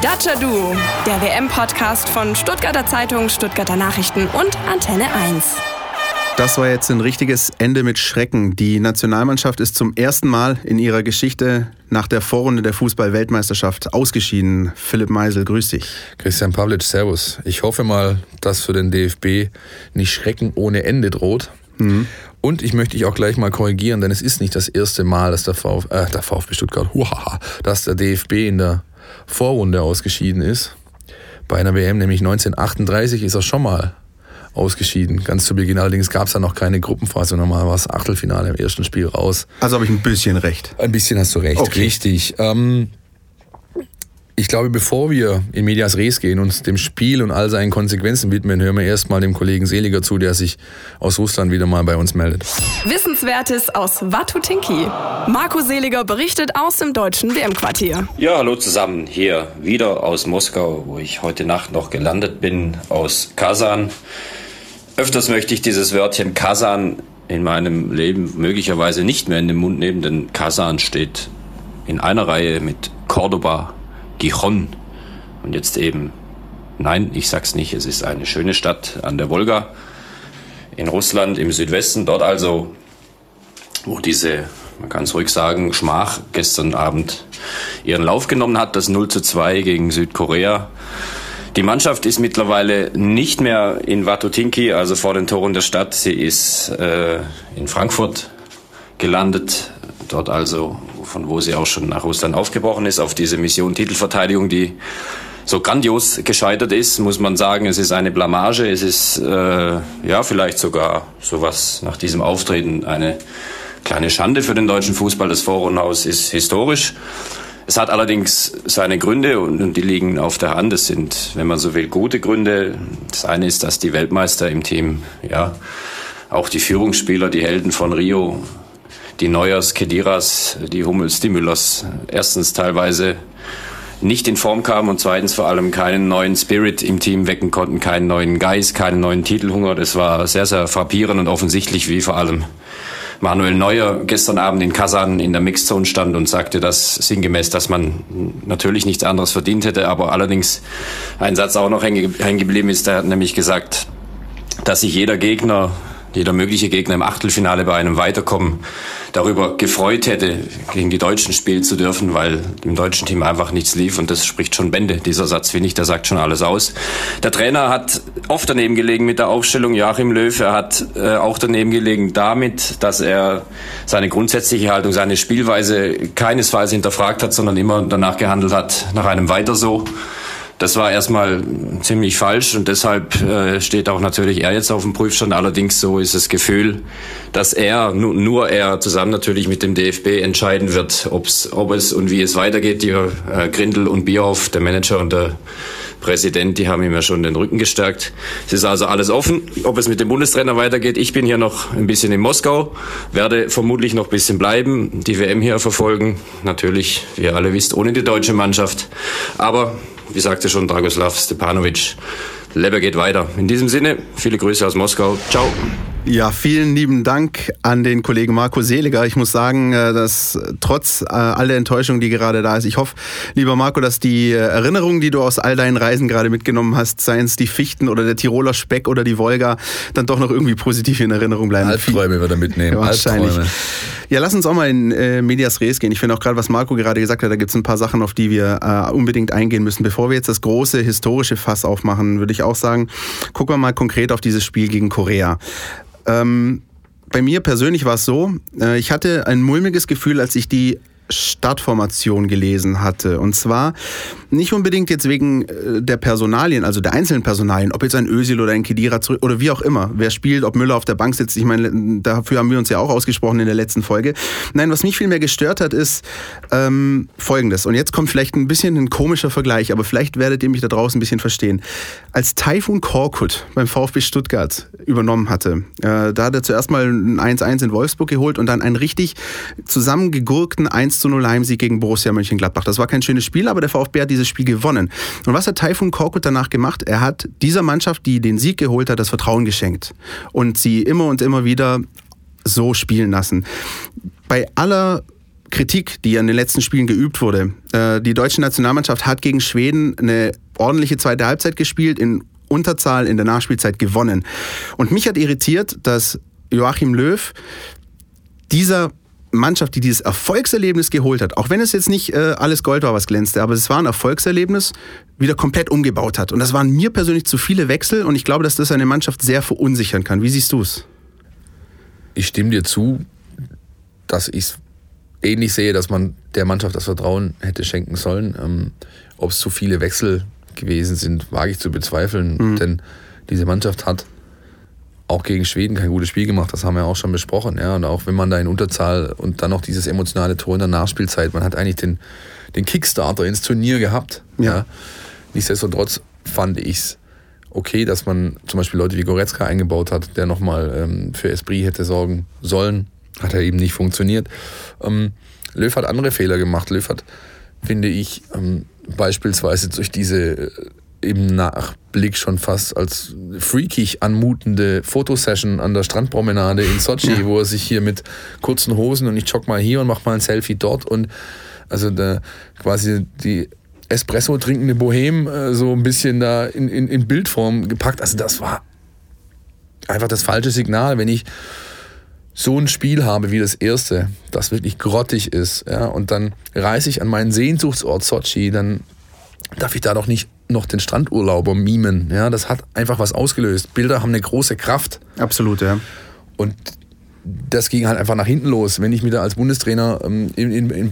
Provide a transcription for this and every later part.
Dacia Duo, der WM-Podcast von Stuttgarter Zeitung, Stuttgarter Nachrichten und Antenne 1. Das war jetzt ein richtiges Ende mit Schrecken. Die Nationalmannschaft ist zum ersten Mal in ihrer Geschichte nach der Vorrunde der Fußball-Weltmeisterschaft ausgeschieden. Philipp Meisel, grüß dich. Christian Pavlic, servus. Ich hoffe mal, dass für den DFB nicht Schrecken ohne Ende droht. Und ich möchte dich auch gleich mal korrigieren, denn es ist nicht das erste Mal, dass der VfB Stuttgart, dass der DFB in der Vorrunde ausgeschieden ist. Bei einer WM, nämlich 1938, ist er schon mal ausgeschieden. Ganz zu Beginn allerdings gab es da noch keine Gruppenphase. Normal war es Achtelfinale im ersten Spiel raus. Also habe ich ein bisschen recht. Ein bisschen hast du recht, okay. Richtig. Ich glaube, bevor wir in Medias Res gehen und dem Spiel und all seinen Konsequenzen widmen, hören wir erstmal dem Kollegen Seliger zu, der sich aus Russland wieder mal bei uns meldet. Wissenswertes aus Watutinki. Marco Seliger berichtet aus dem deutschen WM-Quartier. Ja, hallo zusammen. Hier wieder aus Moskau, wo ich heute Nacht noch gelandet bin, aus Kasan. Öfters möchte ich dieses Wörtchen Kasan in meinem Leben möglicherweise nicht mehr in den Mund nehmen, denn Kasan steht in einer Reihe mit Cordoba, Gijon und jetzt eben, nein, ich sag's nicht, es ist eine schöne Stadt an der Wolga in Russland im Südwesten, dort also, wo diese, man kann es ruhig sagen, Schmach gestern Abend ihren Lauf genommen hat, das 0:2 gegen Südkorea. Die Mannschaft ist mittlerweile nicht mehr in Watutinki, also vor den Toren der Stadt, sie ist in Frankfurt gelandet, dort also, von wo sie auch schon nach Russland aufgebrochen ist, auf diese Mission Titelverteidigung, die so grandios gescheitert ist, muss man sagen. Es ist eine Blamage, es ist vielleicht sogar sowas nach diesem Auftreten eine kleine Schande für den deutschen Fußball. Das Vorrundenhaus ist historisch. Es hat allerdings seine Gründe und die liegen auf der Hand. Es sind, wenn man so will, gute Gründe. Das eine ist, dass die Weltmeister im Team, auch die Führungsspieler, die Helden von Rio, die Neuers, Khediras, die Hummels, die Müllers, erstens teilweise nicht in Form kamen und zweitens vor allem keinen neuen Spirit im Team wecken konnten, keinen neuen Geist, keinen neuen Titelhunger. Das war sehr, sehr frappierend und offensichtlich, wie vor allem Manuel Neuer gestern Abend in Kasan in der Mixzone stand und sagte, dass sinngemäß, dass man natürlich nichts anderes verdient hätte, aber allerdings ein Satz auch noch hängen geblieben ist. Der hat nämlich gesagt, dass sich jeder mögliche Gegner im Achtelfinale bei einem Weiterkommen darüber gefreut hätte, gegen die Deutschen spielen zu dürfen, weil im deutschen Team einfach nichts lief und das spricht schon Bände. Dieser Satz, finde ich, der sagt schon alles aus. Der Trainer hat oft daneben gelegen mit der Aufstellung, Joachim Löw. Er hat auch daneben gelegen damit, dass er seine grundsätzliche Haltung, seine Spielweise keinesfalls hinterfragt hat, sondern immer danach gehandelt hat, nach einem Weiter so. Das war erstmal ziemlich falsch und deshalb steht auch natürlich er jetzt auf dem Prüfstand. Allerdings so ist das Gefühl, dass nur er zusammen natürlich mit dem DFB entscheiden wird, ob es und wie es weitergeht. Die Grindel und Bierhoff, der Manager und der Präsident, die haben ihm ja schon den Rücken gestärkt. Es ist also alles offen, ob es mit dem Bundestrainer weitergeht. Ich bin hier noch ein bisschen in Moskau, werde vermutlich noch ein bisschen bleiben, die WM hier verfolgen. Natürlich, wie ihr alle wisst, ohne die deutsche Mannschaft. Aber wie sagte schon Dragoslav Stepanovic, Lebe geht weiter. In diesem Sinne, viele Grüße aus Moskau. Ciao. Ja, vielen lieben Dank an den Kollegen Marco Seliger. Ich muss sagen, dass trotz all der Enttäuschung, die gerade da ist, ich hoffe, lieber Marco, dass die Erinnerungen, die du aus all deinen Reisen gerade mitgenommen hast, seien es die Fichten oder der Tiroler Speck oder die Wolga, dann doch noch irgendwie positiv in Erinnerung bleiben. Albträume wird er mitnehmen. Ja, wahrscheinlich. Albträume. Ja, lass uns auch mal in Medias Res gehen. Ich finde auch gerade, was Marco gerade gesagt hat, da gibt es ein paar Sachen, auf die wir unbedingt eingehen müssen. Bevor wir jetzt das große historische Fass aufmachen, würde ich auch sagen, gucken wir mal konkret auf dieses Spiel gegen Korea. Bei mir persönlich war es so, ich hatte ein mulmiges Gefühl, als ich die Startformation gelesen hatte. Und zwar nicht unbedingt jetzt wegen der Personalien, also der einzelnen Personalien, ob jetzt ein Özil oder ein Khedira zurück oder wie auch immer, wer spielt, ob Müller auf der Bank sitzt. Ich meine, dafür haben wir uns ja auch ausgesprochen in der letzten Folge. Nein, was mich viel mehr gestört hat, ist Folgendes. Und jetzt kommt vielleicht ein bisschen ein komischer Vergleich, aber vielleicht werdet ihr mich da draußen ein bisschen verstehen. Als Tayfun Korkut beim VfB Stuttgart übernommen hatte, da hat er zuerst mal ein 1-1 in Wolfsburg geholt und dann einen richtig zusammengegurkten 1:0 Heimsieg gegen Borussia Mönchengladbach. Das war kein schönes Spiel, aber der VfB hat dieses Spiel gewonnen. Und was hat Tayfun Korkut danach gemacht? Er hat dieser Mannschaft, die den Sieg geholt hat, das Vertrauen geschenkt und sie immer und immer wieder so spielen lassen. Bei aller Kritik, die an den letzten Spielen geübt wurde. Die deutsche Nationalmannschaft hat gegen Schweden eine ordentliche zweite Halbzeit gespielt, in Unterzahl in der Nachspielzeit gewonnen. Und mich hat irritiert, dass Joachim Löw dieser Mannschaft, die dieses Erfolgserlebnis geholt hat, auch wenn es jetzt nicht alles Gold war, was glänzte, aber es war ein Erfolgserlebnis, wieder komplett umgebaut hat. Und das waren mir persönlich zu viele Wechsel und ich glaube, dass das eine Mannschaft sehr verunsichern kann. Wie siehst du es? Ich stimme dir zu, dass ich es ähnlich sehe, dass man der Mannschaft das Vertrauen hätte schenken sollen. Ob es zu viele Wechsel gewesen sind, wage ich zu bezweifeln, denn diese Mannschaft hat auch gegen Schweden kein gutes Spiel gemacht, das haben wir auch schon besprochen. Ja? Und auch wenn man da in Unterzahl und dann noch dieses emotionale Tor in der Nachspielzeit, man hat eigentlich den Kickstarter ins Turnier gehabt. Ja? Nichtsdestotrotz fand ich es okay, dass man zum Beispiel Leute wie Goretzka eingebaut hat, der nochmal für Esprit hätte sorgen sollen. Hat er eben nicht funktioniert. Löw hat andere Fehler gemacht. Löw hat, finde ich, beispielsweise durch diese im Nachblick schon fast als freakig anmutende Fotosession an der Strandpromenade in Sochi, wo er sich hier mit kurzen Hosen und ich jogge mal hier und mache mal ein Selfie dort und also quasi die Espresso trinkende Bohem so ein bisschen da in Bildform gepackt. Also das war einfach das falsche Signal, wenn ich so ein Spiel habe wie das erste, das wirklich grottig ist, ja, und dann reise ich an meinen Sehnsuchtsort Sochi, dann darf ich da doch nicht noch den Strandurlauber mimen. Ja, das hat einfach was ausgelöst. Bilder haben eine große Kraft. Absolut, ja. Und das ging halt einfach nach hinten los. Wenn ich mir da als Bundestrainer in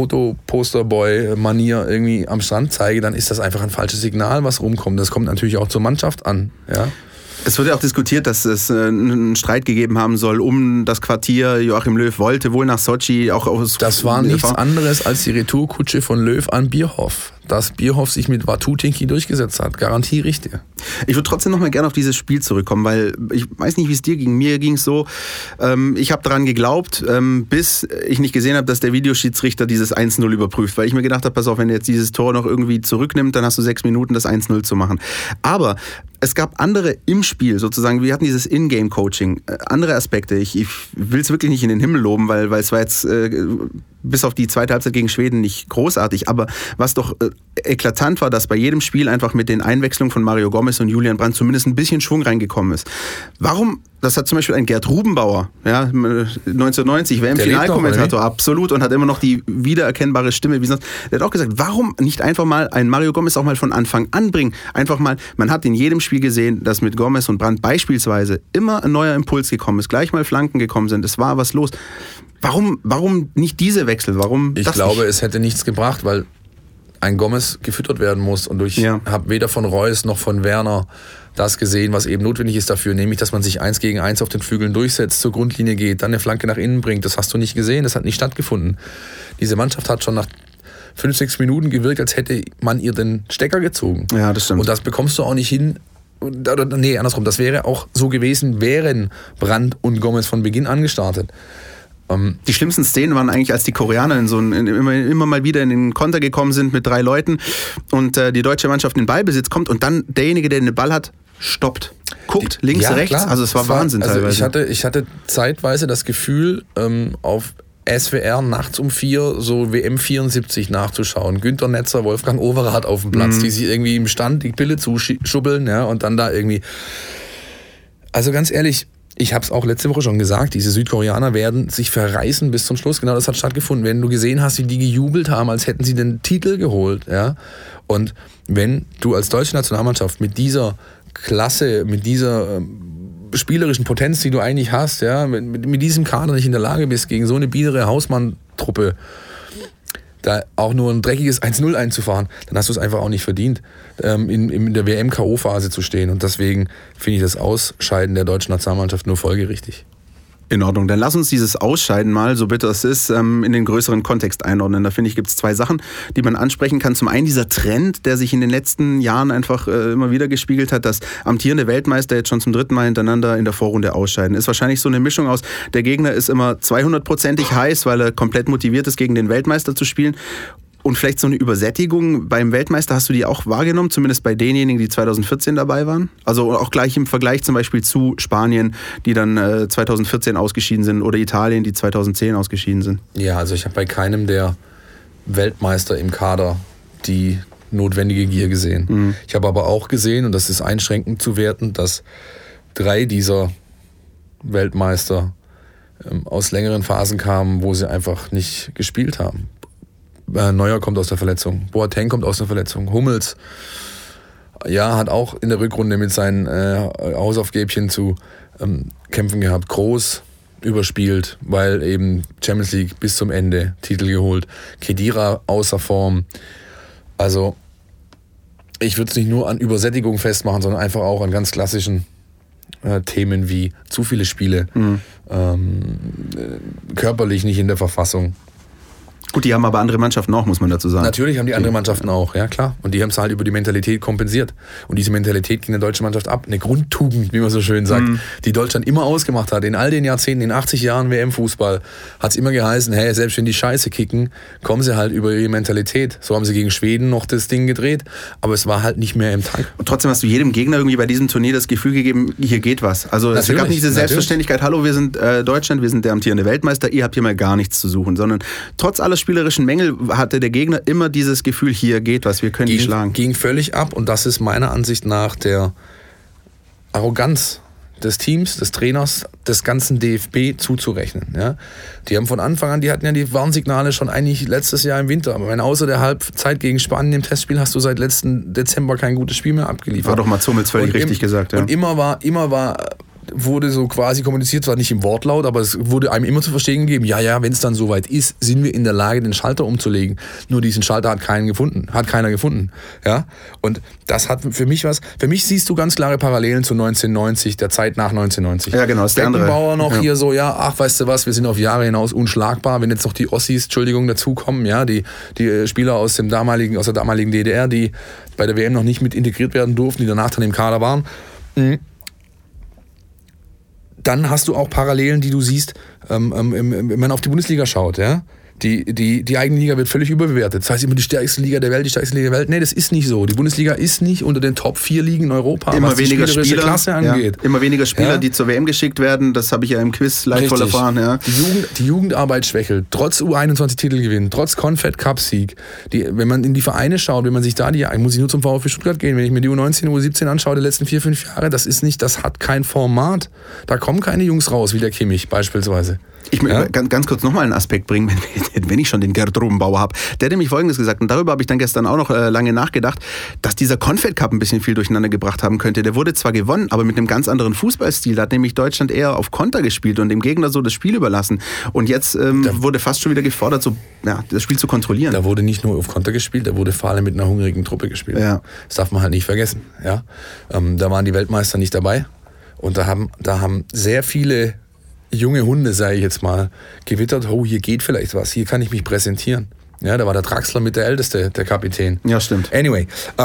Bravo-Foto-Posterboy-Manier irgendwie am Strand zeige, dann ist das einfach ein falsches Signal, was rumkommt. Das kommt natürlich auch zur Mannschaft an. Ja. Es wird ja auch diskutiert, dass es einen Streit gegeben haben soll um das Quartier. Joachim Löw wollte wohl nach Sochi. Auch aus das war nichts anderes als die Retourkutsche von Löw an Bierhoff. Dass Bierhoff sich mit Watutinki durchgesetzt hat. Garantie richtig. Ich würde trotzdem noch mal gerne auf dieses Spiel zurückkommen, weil ich weiß nicht, wie es dir ging. Mir ging es so, ich habe daran geglaubt, bis ich nicht gesehen habe, dass der Videoschiedsrichter dieses 1-0 überprüft. Weil ich mir gedacht habe, pass auf, wenn er jetzt dieses Tor noch irgendwie zurücknimmt, dann hast du 6 Minuten, das 1-0 zu machen. Aber es gab andere im Spiel, sozusagen, wir hatten dieses In-Game-Coaching, andere Aspekte. Ich will es wirklich nicht in den Himmel loben, weil es war jetzt bis auf die zweite Halbzeit gegen Schweden nicht großartig, aber was doch eklatant war, dass bei jedem Spiel einfach mit den Einwechslungen von Mario Gomez und Julian Brandt zumindest ein bisschen Schwung reingekommen ist. Warum? Das hat zum Beispiel ein Gerd Rubenbauer, ja, 1990, WM-Finalkommentator, absolut, und hat immer noch die wiedererkennbare Stimme. Der hat auch gesagt, warum nicht einfach mal einen Mario Gomez auch mal von Anfang an bringen? Einfach mal, man hat in jedem Spiel gesehen, dass mit Gomez und Brandt beispielsweise immer ein neuer Impuls gekommen ist, gleich mal Flanken gekommen sind, es war was los. Warum nicht diese Wechsel? Ich glaube, es hätte nichts gebracht, weil ein Gomez gefüttert werden muss. Und ich habe weder von Reus noch von Werner das gesehen, was eben notwendig ist dafür, nämlich, dass man sich 1 gegen 1 auf den Flügeln durchsetzt, zur Grundlinie geht, dann eine Flanke nach innen bringt. Das hast du nicht gesehen, das hat nicht stattgefunden. Diese Mannschaft hat schon nach 5-6 Minuten gewirkt, als hätte man ihr den Stecker gezogen. Ja, das stimmt. Und das bekommst du auch nicht hin. Nee, andersrum. Das wäre auch so gewesen, wären Brandt und Gomez von Beginn an gestartet. Die schlimmsten Szenen waren eigentlich, als die Koreaner immer mal wieder in den Konter gekommen sind mit 3 Leuten und die deutsche Mannschaft in den Ballbesitz kommt und dann derjenige, der den Ball hat, stoppt. Guckt, links, rechts. Klar. Also es war Wahnsinn teilweise. Ich hatte zeitweise das Gefühl, auf SWR nachts um 4 so WM 74 nachzuschauen. Günter Netzer, Wolfgang Overath auf dem Platz, die sich irgendwie im Stand die Pille zuschubbeln, ja, und dann da irgendwie. Also ganz ehrlich, ich habe es auch letzte Woche schon gesagt, diese Südkoreaner werden sich verreißen bis zum Schluss. Genau das hat stattgefunden. Wenn du gesehen hast, wie die gejubelt haben, als hätten sie den Titel geholt. Ja? Und wenn du als deutsche Nationalmannschaft mit dieser Klasse, mit dieser spielerischen Potenz, die du eigentlich hast, ja, mit diesem Kader nicht in der Lage bist, gegen so eine biedere Hausmann-Truppe da auch nur ein dreckiges 1-0 einzufahren, dann hast du es einfach auch nicht verdient, in der WM-K.O.-Phase zu stehen. Und deswegen finde ich das Ausscheiden der deutschen Nationalmannschaft nur folgerichtig. In Ordnung, dann lass uns dieses Ausscheiden mal, so bitter es ist, in den größeren Kontext einordnen. Da finde ich, gibt es 2 Sachen, die man ansprechen kann. Zum einen dieser Trend, der sich in den letzten Jahren einfach immer wieder gespiegelt hat, dass amtierende Weltmeister jetzt schon zum 3. Mal hintereinander in der Vorrunde ausscheiden. Ist wahrscheinlich so eine Mischung aus, der Gegner ist immer 200%ig heiß, weil er komplett motiviert ist, gegen den Weltmeister zu spielen. Und vielleicht so eine Übersättigung beim Weltmeister, hast du die auch wahrgenommen, zumindest bei denjenigen, die 2014 dabei waren? Also auch gleich im Vergleich zum Beispiel zu Spanien, die dann 2014 ausgeschieden sind, oder Italien, die 2010 ausgeschieden sind. Ja, also ich habe bei keinem der Weltmeister im Kader die notwendige Gier gesehen. Mhm. Ich habe aber auch gesehen, und das ist einschränkend zu werten, dass 3 dieser Weltmeister aus längeren Phasen kamen, wo sie einfach nicht gespielt haben. Neuer kommt aus der Verletzung, Boateng kommt aus der Verletzung, Hummels, ja, hat auch in der Rückrunde mit seinen Hausaufgäbchen zu kämpfen gehabt. Groß überspielt, weil eben Champions League bis zum Ende, Titel geholt. Khedira außer Form. Also ich würde es nicht nur an Übersättigung festmachen, sondern einfach auch an ganz klassischen Themen wie zu viele Spiele, körperlich nicht in der Verfassung. Gut, die haben aber andere Mannschaften auch, muss man dazu sagen. Natürlich haben die andere Mannschaften auch, ja klar. Und die haben es halt über die Mentalität kompensiert. Und diese Mentalität ging der deutschen Mannschaft ab. Eine Grundtugend, wie man so schön sagt, die Deutschland immer ausgemacht hat. In all den Jahrzehnten, in 80 Jahren WM-Fußball, hat es immer geheißen, hey, selbst wenn die Scheiße kicken, kommen sie halt über ihre Mentalität. So haben sie gegen Schweden noch das Ding gedreht, aber es war halt nicht mehr im Tank. Und trotzdem hast du jedem Gegner irgendwie bei diesem Turnier das Gefühl gegeben, hier geht was. Also es gab nicht diese Selbstverständlichkeit, hallo, wir sind Deutschland, wir sind der amtierende Weltmeister, ihr habt hier mal gar nichts zu suchen, sondern trotz aller spielerischen Mängel hatte der Gegner immer dieses Gefühl, hier geht was, wir können die schlagen. Ging völlig ab, und das ist meiner Ansicht nach der Arroganz des Teams, des Trainers, des ganzen DFB zuzurechnen. Ja? Die haben von Anfang an, die hatten ja die Warnsignale schon eigentlich letztes Jahr im Winter. Aber außer der Halbzeit gegen Spanien im Testspiel hast du seit letzten Dezember kein gutes Spiel mehr abgeliefert. War doch mal Hummels völlig richtig gesagt. Ja. Und immer wurde so quasi kommuniziert, zwar nicht im Wortlaut, aber es wurde einem immer zu verstehen gegeben, ja, wenn es dann soweit ist, sind wir in der Lage, den Schalter umzulegen. Nur diesen Schalter hat keiner gefunden. Ja? Und das hat für mich was. Für mich siehst du ganz klare Parallelen zu 1990, der Zeit nach 1990. Ja, genau, ist der andere. Beckenbauer noch hier so, weißt du was, wir sind auf Jahre hinaus unschlagbar, wenn jetzt noch die Ossis, dazukommen, ja, die Spieler aus der damaligen DDR, die bei der WM noch nicht mit integriert werden durften, die danach dann im Kader waren. Dann hast du auch Parallelen, die du siehst, wenn man auf die Bundesliga schaut. Ja? Die eigene Liga wird völlig überbewertet. Das heißt immer die stärkste Liga der Welt, Nee, das ist nicht so. Die Bundesliga ist nicht unter den Top 4 Ligen in Europa, immer was die weniger spielerische Klasse angeht. Ja, immer weniger Spieler, die zur WM geschickt werden. Das habe ich ja im Quiz leidvoll erfahren. Ja. Die Jugendarbeit schwächelt, trotz U21-Titelgewinn, trotz Confed-Cup-Sieg. Wenn man in die Vereine schaut, wenn man sich da muss ich nur zum VfB Stuttgart gehen, wenn ich mir die U19, U17 anschaue, die letzten 4-5 Jahre, das hat kein Format. Da kommen keine Jungs raus, wie der Kimmich beispielsweise. Ich möchte ganz kurz nochmal einen Aspekt bringen, wenn ich schon den Gerd Rubenbauer habe. Der hat nämlich Folgendes gesagt, und darüber habe ich dann gestern auch noch lange nachgedacht, dass dieser Confed Cup ein bisschen viel durcheinander gebracht haben könnte. Der wurde zwar gewonnen, aber mit einem ganz anderen Fußballstil. Da hat nämlich Deutschland eher auf Konter gespielt und dem Gegner so das Spiel überlassen. Und jetzt wurde fast schon wieder gefordert, das Spiel zu kontrollieren. Da wurde nicht nur auf Konter gespielt, da wurde vor allem mit einer hungrigen Truppe gespielt. Ja. Das darf man halt nicht vergessen. Ja? Da waren die Weltmeister nicht dabei. Und da haben sehr viele junge Hunde, sage ich jetzt mal, gewittert, hier geht vielleicht was, hier kann ich mich präsentieren. Ja, da war der Draxler mit der Älteste, der Kapitän. Ja, stimmt. Anyway,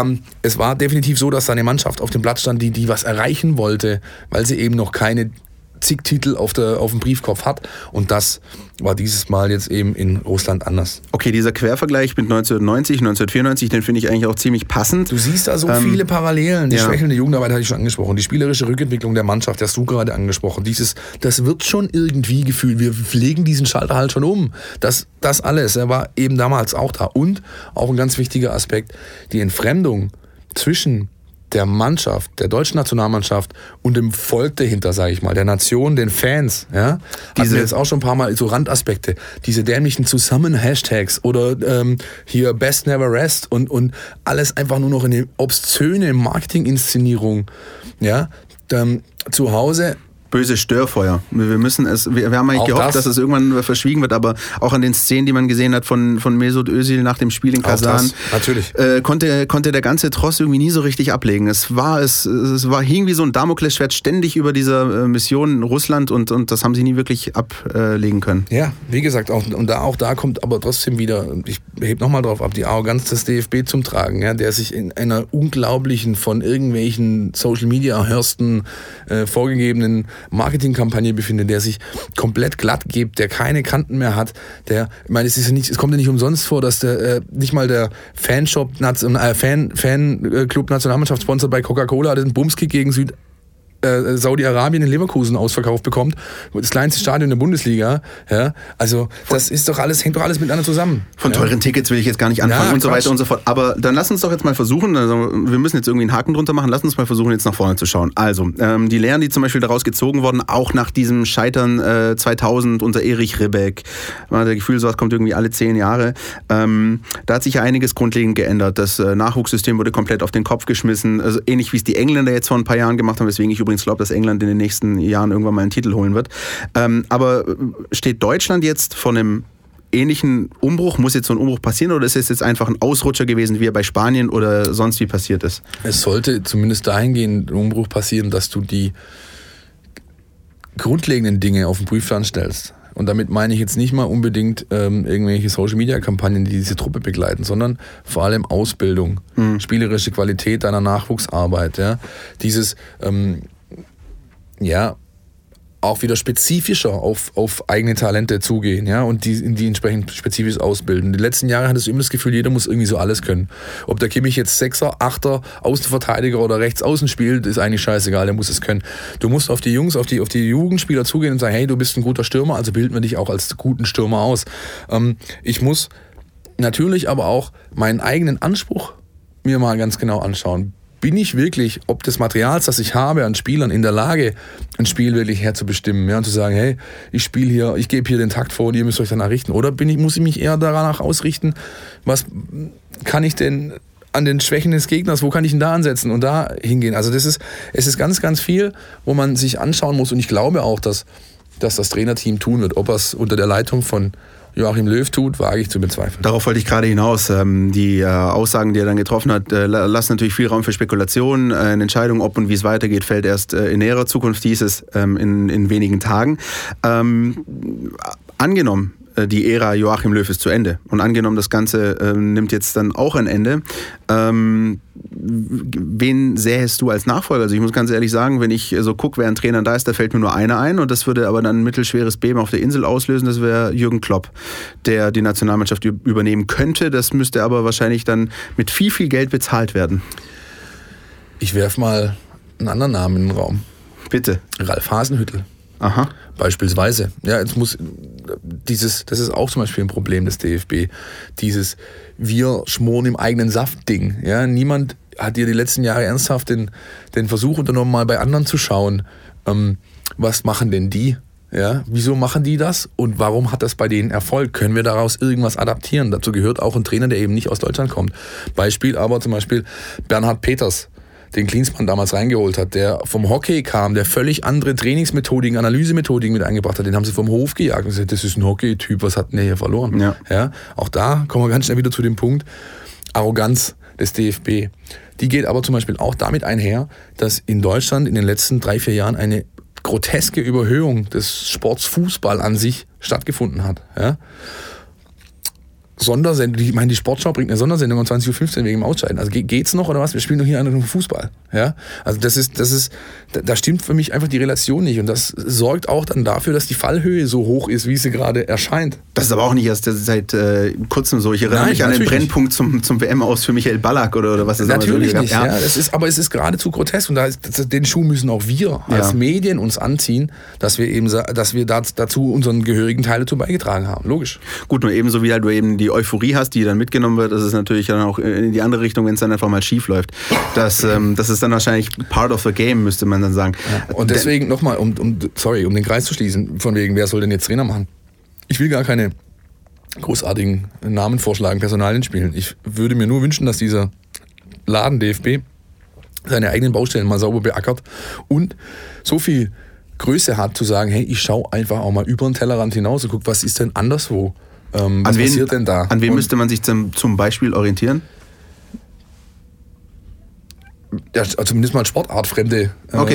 es war definitiv so, dass da eine Mannschaft auf dem Platz stand, die was erreichen wollte, weil sie eben noch keine zig Titel auf dem Briefkopf hat. Und das war dieses Mal jetzt eben in Russland anders. Okay, dieser Quervergleich mit 1990, 1994, den finde ich eigentlich auch ziemlich passend. Du siehst da so viele Parallelen. Die schwächelnde Jugendarbeit hatte ich schon angesprochen. Die spielerische Rückentwicklung der Mannschaft, die hast du gerade angesprochen. Das wird schon irgendwie gefühlt. Wir legen diesen Schalter halt schon um. Das alles, er war eben damals auch da. Und auch ein ganz wichtiger Aspekt, die Entfremdung zwischen der Mannschaft, der deutschen Nationalmannschaft und dem Volk dahinter, sage ich mal, der Nation, den Fans, ja, hatten wir jetzt auch schon ein paar Mal so Randaspekte, diese dämlichen Zusammen-Hashtags oder hier Best Never Rest und alles einfach nur noch eine obszöne Marketing-Inszenierung, ja, zu Hause. Böse Störfeuer. Wir haben eigentlich gehofft, dass es irgendwann verschwiegen wird, aber auch an den Szenen, die man gesehen hat von Mesut Özil nach dem Spiel in Kasan, natürlich. Konnte der ganze Tross irgendwie nie so richtig ablegen. Es hing wie so ein Damoklesschwert ständig über dieser Mission Russland und das haben sie nie wirklich ablegen können. Ja, wie gesagt, auch da kommt aber trotzdem wieder, ich hebe nochmal drauf ab, die Arroganz des DFB zum Tragen, ja, der sich in einer unglaublichen, von irgendwelchen Social-Media-Hörsten vorgegebenen Marketingkampagne befindet, der sich komplett glatt gibt, der keine Kanten mehr hat, ich meine, es kommt ja nicht umsonst vor, dass nicht mal der Fanclub Nationalmannschaftssponsor bei Coca-Cola den Bumskick gegen Saudi-Arabien in Leverkusen ausverkauft bekommt. Das kleinste Stadion der Bundesliga. Ja, also das hängt doch alles miteinander zusammen. Von teuren Tickets will ich jetzt gar nicht anfangen und so weiter und so fort. Aber dann lass uns doch jetzt mal versuchen, also wir müssen jetzt irgendwie einen Haken drunter machen, lass uns mal versuchen, jetzt nach vorne zu schauen. Also, die Lehren, die zum Beispiel daraus gezogen wurden, auch nach diesem Scheitern 2000 unter Erich Ribbeck, man hat das Gefühl, sowas kommt irgendwie alle 10 Jahre, da hat sich ja einiges grundlegend geändert. Das Nachwuchssystem wurde komplett auf den Kopf geschmissen, also ähnlich wie es die Engländer jetzt vor ein paar Jahren gemacht haben, weswegen ich übrigens glaube, dass England in den nächsten Jahren irgendwann mal einen Titel holen wird. Aber steht Deutschland jetzt vor einem ähnlichen Umbruch? Muss jetzt so ein Umbruch passieren oder ist es jetzt einfach ein Ausrutscher gewesen, wie er bei Spanien oder sonst wie passiert ist? Es sollte zumindest dahingehend ein Umbruch passieren, dass du die grundlegenden Dinge auf den Prüfstand stellst. Und damit meine ich jetzt nicht mal unbedingt irgendwelche Social-Media-Kampagnen, die diese Truppe begleiten, sondern vor allem Ausbildung, spielerische Qualität deiner Nachwuchsarbeit. Ja? Dieses auch wieder spezifischer auf eigene Talente zugehen, ja, und die entsprechend spezifisch ausbilden. Die letzten Jahre hattest du immer das Gefühl, jeder muss irgendwie so alles können. Ob der Kimmich jetzt Sechser, Achter, Außenverteidiger oder Rechtsaußen spielt, ist eigentlich scheißegal, der muss es können. Du musst auf die Jungs, auf die Jugendspieler zugehen und sagen, hey, du bist ein guter Stürmer, also bilden wir dich auch als guten Stürmer aus. Ich muss natürlich aber auch meinen eigenen Anspruch mir mal ganz genau anschauen. Bin ich wirklich, ob des Materials, das ich habe an Spielern, in der Lage, ein Spiel wirklich herzubestimmen, ja, und zu sagen, hey, ich gebe hier den Takt vor und ihr müsst euch danach richten. Oder muss ich mich eher danach ausrichten, was kann ich denn an den Schwächen des Gegners, wo kann ich denn da ansetzen und da hingehen? Also es ist ganz, ganz viel, wo man sich anschauen muss, und ich glaube auch, dass das Trainerteam tun wird. Ob er es unter der Leitung von Joachim Löw tut, wage ich zu bezweifeln. Darauf wollte ich gerade hinaus. Die Aussagen, die er dann getroffen hat, lassen natürlich viel Raum für Spekulationen. Eine Entscheidung, ob und wie es weitergeht, fällt erst in näherer Zukunft, hieß es, in wenigen Tagen. Angenommen, die Ära Joachim Löw ist zu Ende und angenommen, das Ganze nimmt jetzt dann auch ein Ende. Wen sähest du als Nachfolger? Also ich muss ganz ehrlich sagen, wenn ich so gucke, wer ein Trainer da ist, da fällt mir nur einer ein, und das würde aber dann ein mittelschweres Beben auf der Insel auslösen. Das wäre Jürgen Klopp, der die Nationalmannschaft übernehmen könnte. Das müsste aber wahrscheinlich dann mit viel, viel Geld bezahlt werden. Ich werfe mal einen anderen Namen in den Raum. Bitte. Ralf Hasenhüttl. Aha. Beispielsweise. Ja, das ist auch zum Beispiel ein Problem des DFB. Dieses wir schmoren im eigenen Saft-Ding. Ja, niemand hat dir die letzten Jahre ernsthaft den Versuch unternommen, mal bei anderen zu schauen, was machen denn die? Ja, wieso machen die das? Und warum hat das bei denen Erfolg? Können wir daraus irgendwas adaptieren? Dazu gehört auch ein Trainer, der eben nicht aus Deutschland kommt. Beispiel aber zum Beispiel Bernhard Peters, den Klinsmann damals reingeholt hat, der vom Hockey kam, der völlig andere Trainingsmethodiken, Analysemethodiken mit eingebracht hat. Den haben sie vom Hof gejagt und gesagt, das ist ein Hockey-Typ, was hat denn der hier verloren? Ja, auch da kommen wir ganz schnell wieder zu dem Punkt, Arroganz des DFB. Die geht aber zum Beispiel auch damit einher, dass in Deutschland in den letzten 3-4 Jahren eine groteske Überhöhung des Sports Fußball an sich stattgefunden hat. Ja? Sondersendung, ich meine, die Sportschau bringt eine Sondersendung um 20.15 Uhr wegen dem Ausscheiden. Also geht's noch oder was? Wir spielen doch hier nur Fußball. Ja? Also da stimmt für mich einfach die Relation nicht, und das sorgt auch dann dafür, dass die Fallhöhe so hoch ist, wie sie gerade erscheint. Das ist aber auch nicht erst seit kurzem so. Ich erinnere mich an den Brennpunkt zum WM-Aus für Michael Ballack oder was es natürlich so nicht. Ja. Ja, aber es ist geradezu grotesk, und den Schuh müssen auch wir als Medien uns anziehen, dass wir dazu unseren gehörigen Teil dazu beigetragen haben. Logisch. Gut, nur ebenso wie halt du eben die Euphorie hast, die dann mitgenommen wird, das ist natürlich dann auch in die andere Richtung, wenn es dann einfach mal schief läuft. Das ist dann wahrscheinlich part of the game, müsste man dann sagen. Ja. Und deswegen nochmal, um den Kreis zu schließen, von wegen, wer soll denn jetzt Trainer machen? Ich will gar keine großartigen Namen vorschlagen, Personalien spielen. Ich würde mir nur wünschen, dass dieser Laden DFB seine eigenen Baustellen mal sauber beackert und so viel Größe hat, zu sagen, hey, ich schaue einfach auch mal über den Tellerrand hinaus und gucke, was ist denn anderswo? Was passiert denn da? An wen müsste man sich zum Beispiel orientieren? ja, zumindest mal sportartfremde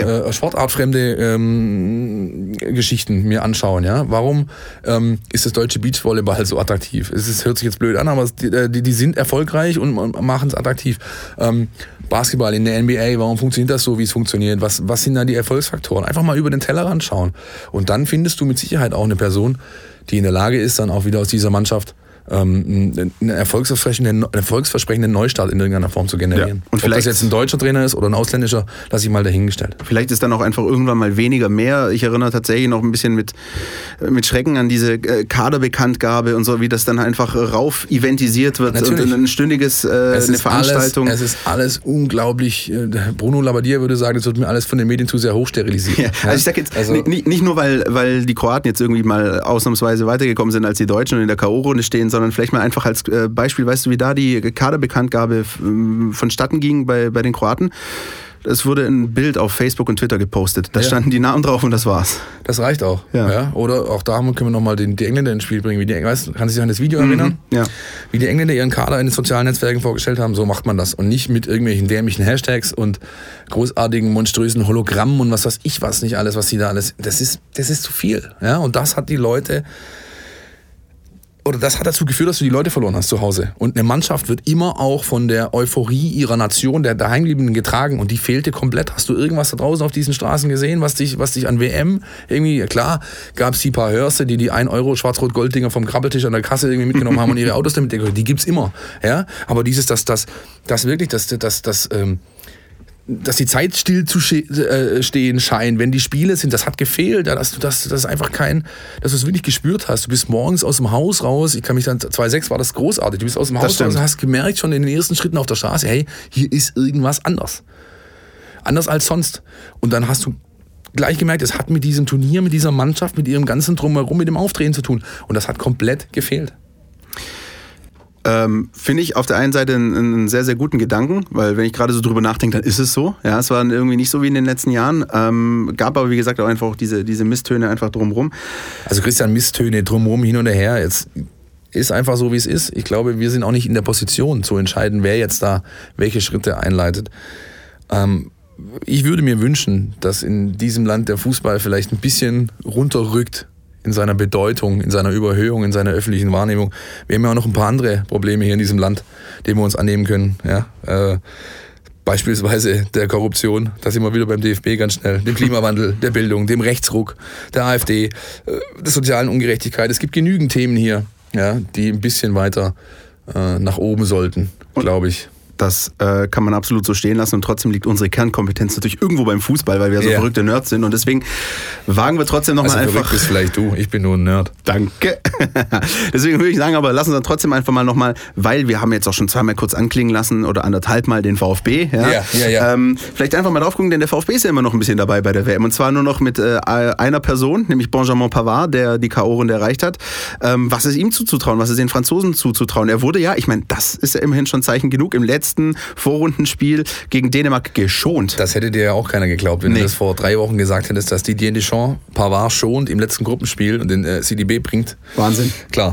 Geschichten mir anschauen. Ja? Warum ist das deutsche Beachvolleyball so attraktiv? Hört sich jetzt blöd an, aber die sind erfolgreich und machen es attraktiv. Basketball in der NBA, warum funktioniert das so, wie es funktioniert? Was sind da die Erfolgsfaktoren? Einfach mal über den Tellerrand schauen. Und dann findest du mit Sicherheit auch eine Person, die in der Lage ist, dann auch wieder aus dieser Mannschaft einen erfolgsversprechenden Neustart in irgendeiner Form zu generieren. Ja. Und ob das jetzt ein deutscher Trainer ist oder ein ausländischer, lasse ich mal dahingestellt. Vielleicht ist dann auch einfach irgendwann mal weniger mehr. Ich erinnere tatsächlich noch ein bisschen mit Schrecken an diese Kaderbekanntgabe und so, wie das dann einfach rauf-eventisiert wird. Natürlich. Und ein stündiges eine Veranstaltung. Es ist alles unglaublich. Bruno Labbadia würde sagen, es wird mir alles von den Medien zu sehr hochsterilisiert. Ja. Also ich sage jetzt, nicht nur, weil die Kroaten jetzt irgendwie mal ausnahmsweise weitergekommen sind als die Deutschen und in der K.O.-Runde stehen, sondern vielleicht mal einfach als Beispiel, weißt du, wie da die Kaderbekanntgabe vonstatten ging bei den Kroaten? Es wurde ein Bild auf Facebook und Twitter gepostet. Da standen die Namen drauf und das war's. Das reicht auch. Ja. Oder auch da können wir nochmal die Engländer ins Spiel bringen. Kannst du dich an das Video erinnern? Ja. Wie die Engländer ihren Kader in den sozialen Netzwerken vorgestellt haben, so macht man das. Und nicht mit irgendwelchen dämlichen Hashtags und großartigen, monströsen Hologrammen und was weiß ich was nicht alles, was sie da alles... Das ist zu viel. Ja? Und das hat die Leute... Oder das hat dazu geführt, dass du die Leute verloren hast zu Hause. Und eine Mannschaft wird immer auch von der Euphorie ihrer Nation, der Daheimgebliebenen getragen. Und die fehlte komplett. Hast du irgendwas da draußen auf diesen Straßen gesehen, was dich an WM irgendwie, klar, gab es die paar Hörse, die 1 Euro Schwarz-Rot-Gold-Dinger vom Krabbeltisch an der Kasse irgendwie mitgenommen haben und ihre Autos damit dekorierten. Die gibt's immer. Ja? Aber dieses, dass die Zeit still zu stehen scheint, wenn die Spiele sind, das hat gefehlt, dass du es wirklich gespürt hast. Du bist morgens aus dem Haus raus, ich kann mich dann, 2006 war das großartig, du bist aus dem Haus raus und hast gemerkt schon in den ersten Schritten auf der Straße, hey, hier ist irgendwas anders. Anders als sonst. Und dann hast du gleich gemerkt, es hat mit diesem Turnier, mit dieser Mannschaft, mit ihrem ganzen Drumherum, mit dem Auftreten zu tun. Und das hat komplett gefehlt. Finde ich auf der einen Seite einen sehr, sehr guten Gedanken, weil wenn ich gerade so drüber nachdenke, dann ist es so. Ja, es war irgendwie nicht so wie in den letzten Jahren. Gab aber, wie gesagt, auch einfach auch diese Misstöne einfach drumherum. Also Christian, Misstöne drumherum, hin und her, jetzt ist einfach so, wie es ist. Ich glaube, wir sind auch nicht in der Position zu entscheiden, wer jetzt da welche Schritte einleitet. Ich würde mir wünschen, dass in diesem Land der Fußball vielleicht ein bisschen runterrückt in seiner Bedeutung, in seiner Überhöhung, in seiner öffentlichen Wahrnehmung. Wir haben ja auch noch ein paar andere Probleme hier in diesem Land, denen wir uns annehmen können. Ja? Beispielsweise der Korruption, da sind wir wieder beim DFB ganz schnell, dem Klimawandel, der Bildung, dem Rechtsruck, der AfD, der sozialen Ungerechtigkeit. Es gibt genügend Themen hier, ja, die ein bisschen weiter nach oben sollten, glaube ich. Das kann man absolut so stehen lassen und trotzdem liegt unsere Kernkompetenz natürlich irgendwo beim Fußball, weil wir so verrückte Nerds sind und deswegen wagen wir trotzdem nochmal einfach... verrückt bist vielleicht du, ich bin nur ein Nerd. Danke. Deswegen würde ich sagen, aber lassen wir dann trotzdem einfach mal nochmal, weil wir haben jetzt auch schon zweimal kurz anklingen lassen oder 1,5 Mal den VfB. Ja. Vielleicht einfach mal drauf gucken, denn der VfB ist ja immer noch ein bisschen dabei bei der WM und zwar nur noch mit einer Person, nämlich Benjamin Pavard, der die K.O.-Runde erreicht hat. Was ist ihm zuzutrauen, was ist den Franzosen zuzutrauen? Er wurde ja, ich meine, das ist ja immerhin schon Zeichen genug, im letzten Vorrundenspiel gegen Dänemark geschont. Das hätte dir ja auch keiner geglaubt, wenn du das vor 3 Wochen gesagt hättest, dass Didier Deschamps Pavard schont im letzten Gruppenspiel und den CDB bringt. Wahnsinn. Klar.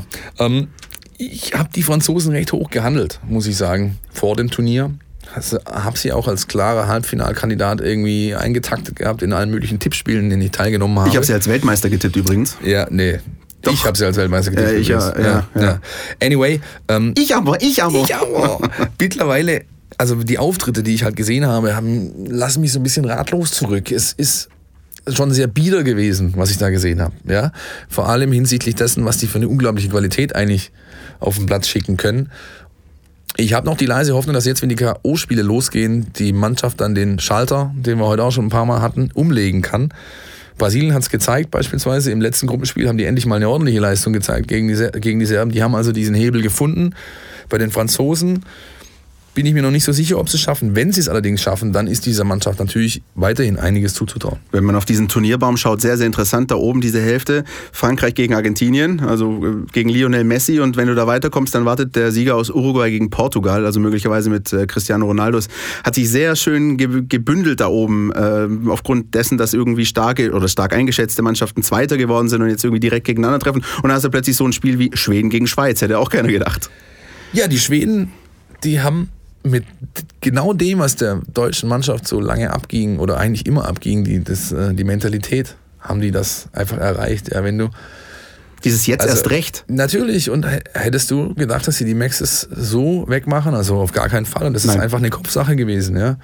Ich habe die Franzosen recht hoch gehandelt, muss ich sagen, vor dem Turnier. Also, habe sie auch als klarer Halbfinalkandidat irgendwie eingetaktet gehabt in allen möglichen Tippspielen, in denen ich teilgenommen habe. Ich habe sie als Weltmeister getippt übrigens. Ja, nee. Doch. Ich habe sie als Weltmeister getippt. Ja. Anyway. Ich aber. Mittlerweile, also die Auftritte, die ich halt gesehen habe, lassen mich so ein bisschen ratlos zurück. Es ist schon sehr bieder gewesen, was ich da gesehen habe. Ja? Vor allem hinsichtlich dessen, was die für eine unglaubliche Qualität eigentlich auf den Platz schicken können. Ich habe noch die leise Hoffnung, dass jetzt, wenn die K.O.-Spiele losgehen, die Mannschaft dann den Schalter, den wir heute auch schon ein paar Mal hatten, umlegen kann. Brasilien hat es gezeigt, beispielsweise im letzten Gruppenspiel haben die endlich mal eine ordentliche Leistung gezeigt gegen die Serben. Die haben also diesen Hebel gefunden. Bei den Franzosen bin ich mir noch nicht so sicher, ob sie es schaffen. Wenn sie es allerdings schaffen, dann ist dieser Mannschaft natürlich weiterhin einiges zuzutrauen. Wenn man auf diesen Turnierbaum schaut, sehr, sehr interessant. Da oben diese Hälfte, Frankreich gegen Argentinien, also gegen Lionel Messi. Und wenn du da weiterkommst, dann wartet der Sieger aus Uruguay gegen Portugal, also möglicherweise mit Cristiano Ronaldo. Hat sich sehr schön gebündelt da oben, aufgrund dessen, dass irgendwie stark eingeschätzte Mannschaften Zweiter geworden sind und jetzt irgendwie direkt gegeneinander treffen. Und dann hast du plötzlich so ein Spiel wie Schweden gegen Schweiz, hätte auch keiner gedacht. Ja, die Schweden, die haben mit genau dem, was der deutschen Mannschaft so lange abging oder eigentlich immer abging, die Mentalität, haben die das einfach erreicht. Ja, wenn du dieses jetzt erst recht. Natürlich. Und hättest du gedacht, dass sie die Maxes so wegmachen? Also auf gar keinen Fall. Und das ist einfach eine Kopfsache gewesen. Ja.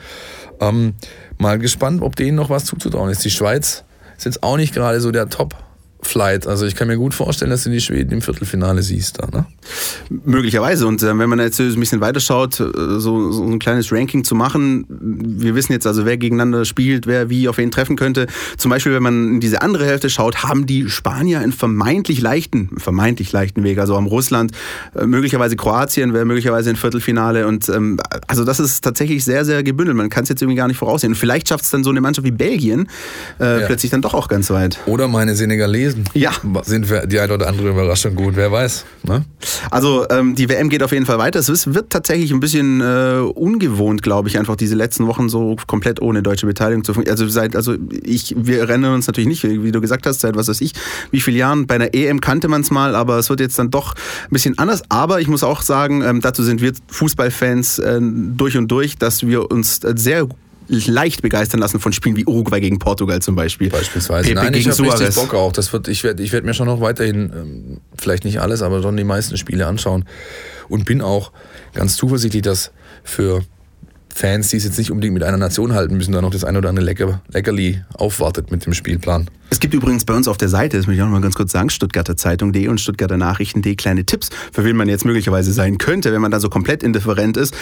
Mal gespannt, ob denen noch was zuzutrauen ist. Die Schweiz ist jetzt auch nicht gerade so der Top-Flight. Also ich kann mir gut vorstellen, dass du die Schweden im Viertelfinale siehst. Da, ne? Möglicherweise. Und wenn man jetzt ein bisschen weiterschaut, so ein kleines Ranking zu machen, wir wissen jetzt also, wer gegeneinander spielt, wer wie auf wen treffen könnte. Zum Beispiel, wenn man in diese andere Hälfte schaut, haben die Spanier einen vermeintlich leichten Weg. Also am Russland, möglicherweise Kroatien wäre möglicherweise ein Viertelfinale. Und also das ist tatsächlich sehr, sehr gebündelt. Man kann es jetzt irgendwie gar nicht voraussehen. Und vielleicht schafft es dann so eine Mannschaft wie Belgien plötzlich dann doch auch ganz weit. Oder meine Senegalesen. Ja. Sind für die eine oder andere Überraschung gut, wer weiß. Ne? Also die WM geht auf jeden Fall weiter. Es wird tatsächlich ein bisschen ungewohnt, glaube ich, einfach diese letzten Wochen so komplett ohne deutsche Beteiligung zu funktionieren. Wir erinnern uns natürlich nicht, wie du gesagt hast, seit was weiß ich, wie viele Jahren. Bei einer EM kannte man es mal, aber es wird jetzt dann doch ein bisschen anders. Aber ich muss auch sagen, dazu sind wir Fußballfans durch und durch, dass wir uns sehr leicht begeistern lassen von Spielen wie Uruguay gegen Portugal zum Beispiel. Beispielsweise. Pepe Nein, ich gegen habe richtig Suarez. Bock auch. Ich werd mir schon noch weiterhin, vielleicht nicht alles, aber schon die meisten Spiele anschauen. Und bin auch ganz zuversichtlich, dass für Fans, die es jetzt nicht unbedingt mit einer Nation halten müssen, da noch das ein oder andere Leckerli aufwartet mit dem Spielplan. Es gibt übrigens bei uns auf der Seite, das möchte ich auch noch mal ganz kurz sagen, Stuttgarter Zeitung.de und Stuttgarter Nachrichten.de kleine Tipps, für wen man jetzt möglicherweise sein könnte, wenn man da so komplett indifferent ist.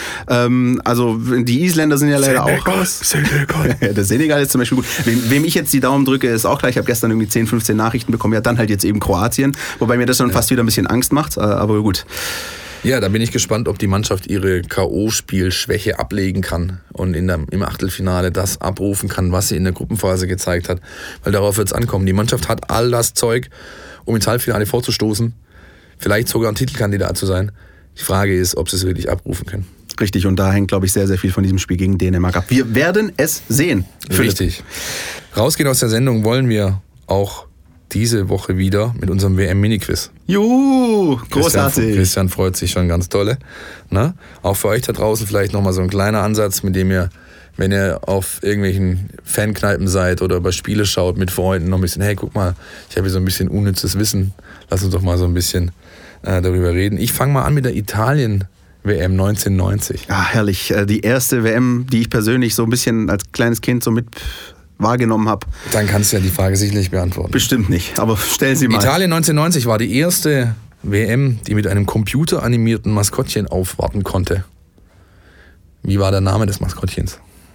Also die Isländer sind ja leider auch raus. Senegal. Der Senegal ist zum Beispiel gut. Wem ich jetzt die Daumen drücke, ist auch gleich. Ich habe gestern irgendwie 10, 15 Nachrichten bekommen. Ja, dann halt jetzt eben Kroatien, wobei mir das dann fast wieder ein bisschen Angst macht, aber gut. Ja, da bin ich gespannt, ob die Mannschaft ihre K.O.-Spielschwäche ablegen kann und im Achtelfinale das abrufen kann, was sie in der Gruppenphase gezeigt hat. Weil darauf wird es ankommen. Die Mannschaft hat all das Zeug, um ins Halbfinale vorzustoßen, vielleicht sogar ein Titelkandidat zu sein. Die Frage ist, ob sie es wirklich abrufen können. Richtig, und da hängt, glaube ich, sehr, sehr viel von diesem Spiel gegen Dänemark ab. Wir werden es sehen. Richtig. Rausgehen aus der Sendung wollen wir auch diese Woche wieder mit unserem WM-Mini-Quiz. Juhu, großartig. Christian freut sich schon ganz tolle. Na? Auch für euch da draußen vielleicht nochmal so ein kleiner Ansatz, mit dem ihr, wenn ihr auf irgendwelchen Fankneipen seid oder bei Spiele schaut mit Freunden, noch ein bisschen, hey, guck mal, ich habe hier so ein bisschen unnützes Wissen. Lass uns doch mal so ein bisschen darüber reden. Ich fange mal an mit der Italien-WM 1990. Ja, herrlich. Die erste WM, die ich persönlich so ein bisschen als kleines Kind so mit wahrgenommen habe. Dann kannst du ja die Frage sicherlich beantworten. Bestimmt nicht, aber stellen Sie mal. Italien 1990 war die erste WM, die mit einem computeranimierten Maskottchen aufwarten konnte. Wie war der Name des Maskottchens?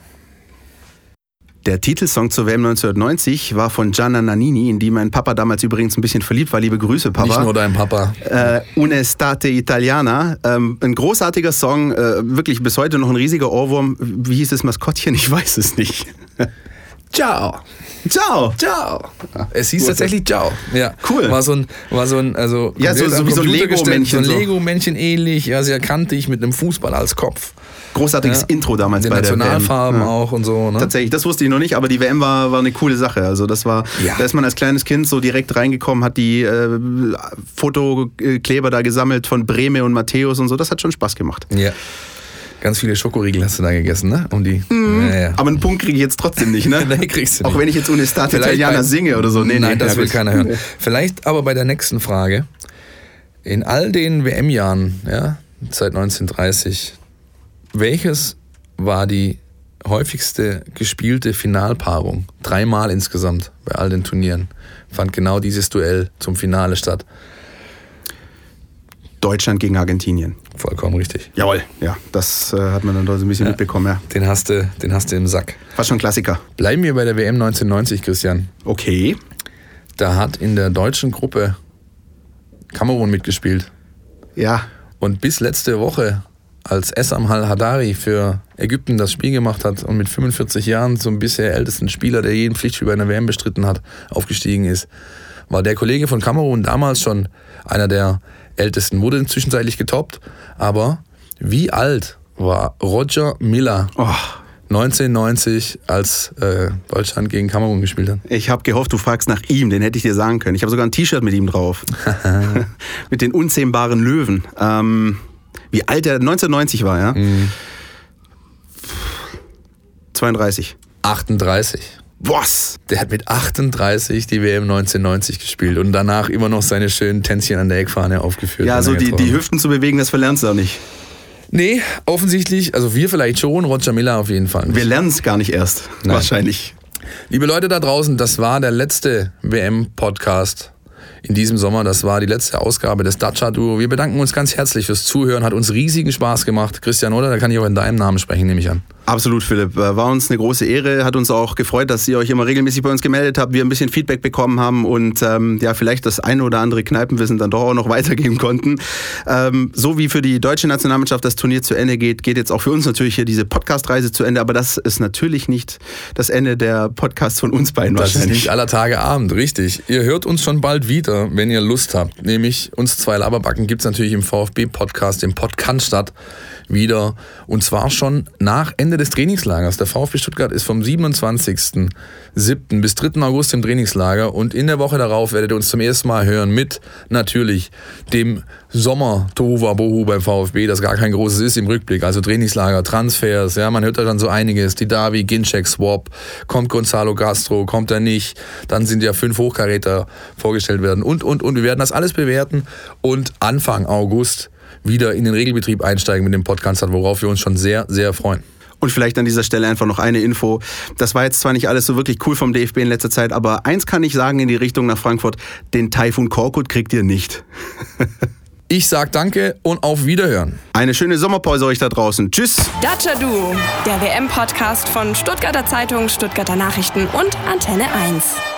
Der Titelsong zur WM 1990 war von Gianna Nannini, in die mein Papa damals übrigens ein bisschen verliebt war. Liebe Grüße, Papa. Nicht nur dein Papa. Un'estate italiana. Ein großartiger Song, wirklich bis heute noch ein riesiger Ohrwurm. Wie hieß das Maskottchen? Ich weiß es nicht. Ciao. Ciao. Ciao. Es hieß tatsächlich Ciao. Ja. Cool. War so ein also ja, so wie so ein Lego-Männchen. So ein Lego-Männchen ähnlich, ja, sehr kantig mit einem Fußball als Kopf. Großartiges Intro damals bei der WM. Nationalfarben auch und so. Ne? Tatsächlich, das wusste ich noch nicht, aber die WM war eine coole Sache. Also das war, da ist man als kleines Kind so direkt reingekommen, hat die Fotokleber da gesammelt von Breme und Matthäus und so. Das hat schon Spaß gemacht. Ja. Ganz viele Schokoriegel hast du da gegessen, ne? Ja. Aber einen Punkt kriege ich jetzt trotzdem nicht, ne? Nee, kriegst du nicht. Auch wenn ich jetzt Un'estate italiana singe oder so. Nein, das will keiner hören. Vielleicht aber bei der nächsten Frage. In all den WM-Jahren, ja, seit 1930, welches war die häufigste gespielte Finalpaarung? 3-mal insgesamt bei all den Turnieren fand genau dieses Duell zum Finale statt. Deutschland gegen Argentinien. Vollkommen richtig. Jawohl, ja, das hat man dann so ein bisschen mitbekommen. Ja. Den hast du im Sack. War schon ein Klassiker. Bleiben wir bei der WM 1990, Christian. Okay. Da hat in der deutschen Gruppe Kamerun mitgespielt. Ja. Und bis letzte Woche, als Essam Al-Hadari für Ägypten das Spiel gemacht hat und mit 45 Jahren zum bisher ältesten Spieler, der jeden Pflichtspiel bei einer WM bestritten hat, aufgestiegen ist, war der Kollege von Kamerun damals schon einer der ältesten, wurde zwischenzeitlich getoppt. Aber wie alt war Roger Milla 1990, als Deutschland gegen Kamerun gespielt hat? Ich habe gehofft, du fragst nach ihm, den hätte ich dir sagen können. Ich habe sogar ein T-Shirt mit ihm drauf. Mit den unzähmbaren Löwen. Wie alt er 1990 war, ja? 32. 38. Was? Der hat mit 38 die WM 1990 gespielt und danach immer noch seine schönen Tänzchen an der Eckfahne aufgeführt. Ja, also die Hüften zu bewegen, das verlernst du auch nicht. Nee, offensichtlich, also wir vielleicht schon, Roger Miller auf jeden Fall nicht. Wir lernen es gar nicht erst, wahrscheinlich. Liebe Leute da draußen, das war der letzte WM-Podcast in diesem Sommer. Das war die letzte Ausgabe des Dacia-Duo. Wir bedanken uns ganz herzlich fürs Zuhören. Hat uns riesigen Spaß gemacht. Christian, oder? Da kann ich auch in deinem Namen sprechen, nehme ich an. Absolut, Philipp. War uns eine große Ehre. Hat uns auch gefreut, dass ihr euch immer regelmäßig bei uns gemeldet habt, wir ein bisschen Feedback bekommen haben und vielleicht das eine oder andere Kneipenwissen dann doch auch noch weitergeben konnten. So wie für die deutsche Nationalmannschaft das Turnier zu Ende geht jetzt auch für uns natürlich hier diese Podcast-Reise zu Ende. Aber das ist natürlich nicht das Ende der Podcasts von uns beiden wahrscheinlich. Das ist nicht aller Tage Abend, richtig. Ihr hört uns schon bald wieder, wenn ihr Lust habt. Nämlich uns zwei Laberbacken gibt es natürlich im VfB-Podcast, im Podcast wieder. Und zwar schon nach Ende des Trainingslagers. Der VfB Stuttgart ist vom 27.07. bis 3. August im Trainingslager und in der Woche darauf werdet ihr uns zum ersten Mal hören mit natürlich dem Sommer-Tohuwabohu beim VfB, das gar kein großes ist im Rückblick. Also Trainingslager, Transfers, ja, man hört da schon so einiges. Die Davi, Ginczek, Swap, kommt Gonzalo Castro, kommt er nicht. Dann sind ja 5 Hochkaräter vorgestellt werden und. Wir werden das alles bewerten und Anfang August wieder in den Regelbetrieb einsteigen mit dem Podcast, worauf wir uns schon sehr, sehr freuen. Und vielleicht an dieser Stelle einfach noch eine Info. Das war jetzt zwar nicht alles so wirklich cool vom DFB in letzter Zeit, aber eins kann ich sagen in die Richtung nach Frankfurt, den Taifun Korkut kriegt ihr nicht. Ich sag danke und auf Wiederhören. Eine schöne Sommerpause euch da draußen. Tschüss. Dacia-Duo, der WM-Podcast von Stuttgarter Zeitung, Stuttgarter Nachrichten und Antenne 1.